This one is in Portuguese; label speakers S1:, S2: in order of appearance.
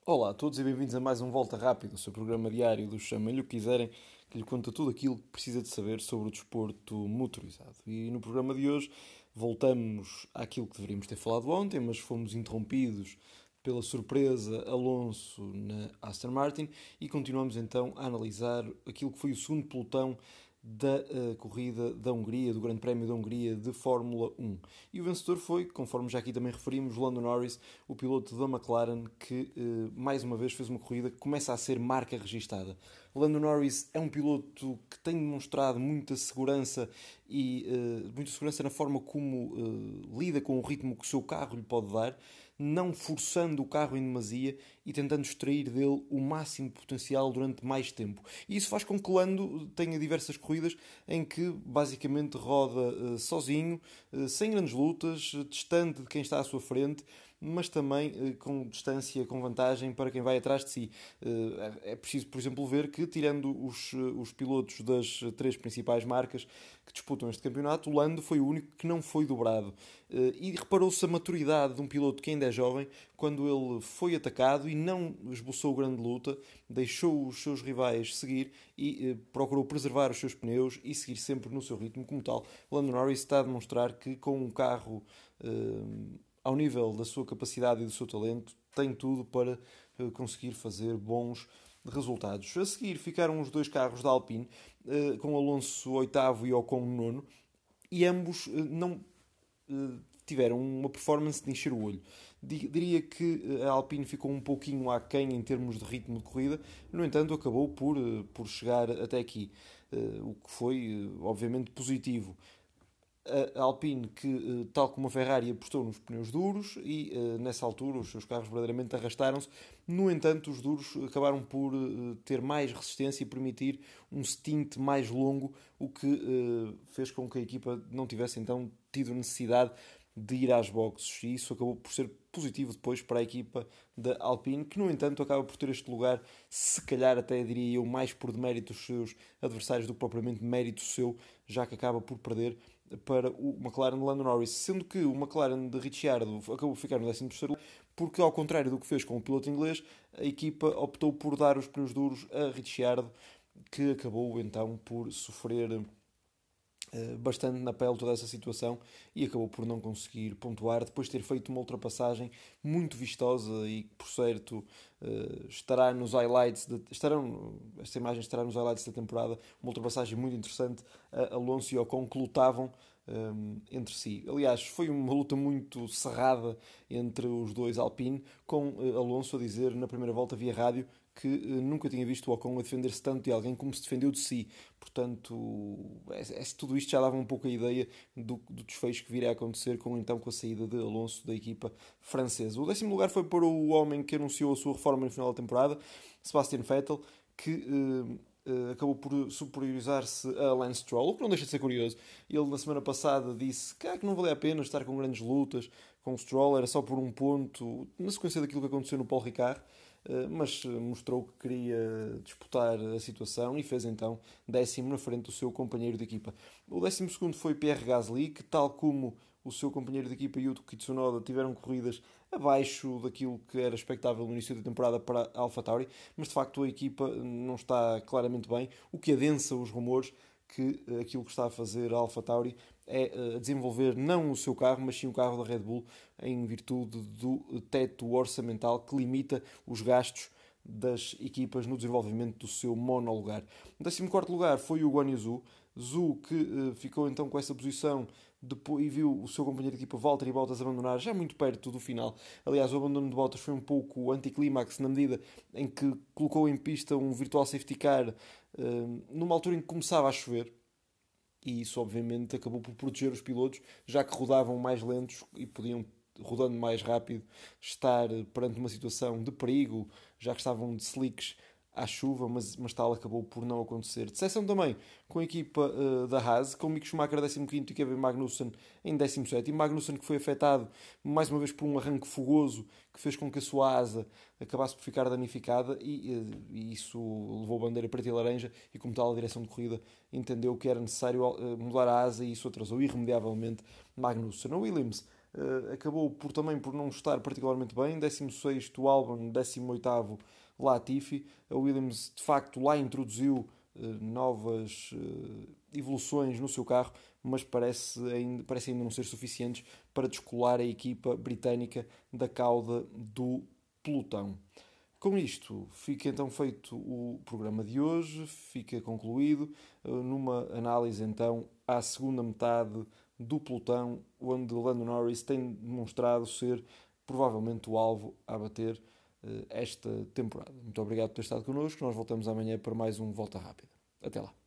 S1: Olá a todos e bem-vindos a mais um Volta Rápida, o seu programa diário do Chamem-lhe o que quiserem, que lhe conta tudo aquilo que precisa de saber sobre o desporto motorizado. E no programa de hoje voltamos àquilo que deveríamos ter falado ontem, mas fomos interrompidos pela surpresa Alonso na Aston Martin e continuamos então a analisar aquilo que foi o segundo pelotão da corrida da Hungria, do Grande Prémio da Hungria de Fórmula 1. E o vencedor foi, conforme já aqui também referimos, Lando Norris, o piloto da McLaren, que mais uma vez fez uma corrida que começa a ser marca registada. Lando Norris é um piloto que tem demonstrado muita segurança e muita segurança na forma como lida com o ritmo que o seu carro lhe pode dar, não forçando o carro em demasia e tentando extrair dele o máximo potencial durante mais tempo. E isso faz com que Lando tenha diversas corridas em que basicamente roda sozinho, sem grandes lutas, distante de quem está à sua frente, mas também com distância, com vantagem para quem vai atrás de si. É preciso, por exemplo, ver que, tirando os pilotos das três principais marcas que disputam este campeonato, o Lando foi o único que não foi dobrado. E reparou-se a maturidade de um piloto que ainda é jovem, quando ele foi atacado e não esboçou grande luta, deixou os seus rivais seguir e procurou preservar os seus pneus e seguir sempre no seu ritmo como tal. Lando Norris está a demonstrar que com um carro ao nível da sua capacidade e do seu talento, tem tudo para conseguir fazer bons resultados. A seguir ficaram os dois carros da Alpine, com Alonso oitavo e Ocon nono, e ambos não tiveram uma performance de encher o olho. Diria que a Alpine ficou um pouquinho aquém em termos de ritmo de corrida, no entanto acabou por chegar até aqui, o que foi obviamente positivo. A Alpine, que tal como a Ferrari apostou nos pneus duros e nessa altura os seus carros verdadeiramente arrastaram-se. No entanto, os duros acabaram por ter mais resistência e permitir um stint mais longo, o que fez com que a equipa não tivesse então tido necessidade de ir às boxes, e isso acabou por ser positivo depois para a equipa da Alpine, que no entanto acaba por ter este lugar, se calhar até diria eu, mais por demérito dos seus adversários do que propriamente mérito seu, já que acaba por perder para o McLaren de Lando Norris, sendo que o McLaren de Ricciardo acabou por ficar no 13º lugar, porque ao contrário do que fez com o piloto inglês, a equipa optou por dar os pneus duros a Ricciardo, que acabou então por sofrer bastante na pele toda essa situação e acabou por não conseguir pontuar depois de ter feito uma ultrapassagem muito vistosa e que, por certo, estará nos highlights esta imagem estará nos highlights da temporada, uma ultrapassagem muito interessante. Alonso e Ocon que lutavam entre si. Aliás, foi uma luta muito cerrada entre os dois Alpine, com Alonso a dizer na primeira volta via rádio que nunca tinha visto o Ocon a defender-se tanto de alguém como se defendeu de si. Portanto, tudo isto já dava um pouco a ideia do desfecho que viria a acontecer com a saída de Alonso da equipa francesa. O 10º lugar foi para o homem que anunciou a sua reforma no final da temporada, Sebastian Vettel, que acabou por superiorizar-se a Lance Stroll, o que não deixa de ser curioso. Ele na semana passada disse que não valia a pena estar com grandes lutas com o Stroll, era só por um ponto, na sequência daquilo que aconteceu no Paul Ricard, mas mostrou que queria disputar a situação e fez então 10º na frente do seu companheiro de equipa. O 12º foi Pierre Gasly, que tal como o seu companheiro de equipa Yuki Tsunoda tiveram corridas abaixo daquilo que era expectável no início da temporada para a AlphaTauri, mas de facto a equipa não está claramente bem, o que adensa os rumores que aquilo que está a fazer a AlphaTauri é desenvolver não o seu carro, mas sim o carro da Red Bull, em virtude do teto orçamental que limita os gastos das equipas no desenvolvimento do seu monolugar. No 14º lugar foi o Guan Yu Zhou, Zhu que ficou então com essa posição depois, e viu o seu companheiro de equipa Valtteri Bottas abandonar já muito perto do final. Aliás, o abandono de Bottas foi um pouco anticlímax na medida em que colocou em pista um virtual safety car numa altura em que começava a chover, e isso obviamente acabou por proteger os pilotos, já que rodavam mais lentos e podiam, rodando mais rápido, estar perante uma situação de perigo, já que estavam de slicks à chuva, mas tal acabou por não acontecer. Decepção também com a equipa da Haas, com Mick Schumacher 15º e Kevin Magnussen em 17º. Magnussen que foi afetado mais uma vez por um arranque fogoso que fez com que a sua asa acabasse por ficar danificada e isso levou a bandeira preta e laranja e como tal a direção de corrida entendeu que era necessário mudar a asa e isso atrasou irremediavelmente Magnussen. A Williams acabou também por não estar particularmente bem. 16º Albon, 18º Latifi. A Williams de facto lá introduziu novas evoluções no seu carro, mas parece ainda não ser suficientes para descolar a equipa britânica da cauda do pelotão. Com isto, fica então feito o programa de hoje, fica concluído, numa análise então à segunda metade do pelotão, onde Lando Norris tem demonstrado ser provavelmente o alvo a bater esta temporada. Muito obrigado por ter estado connosco, nós voltamos amanhã para mais um Volta Rápida. Até lá.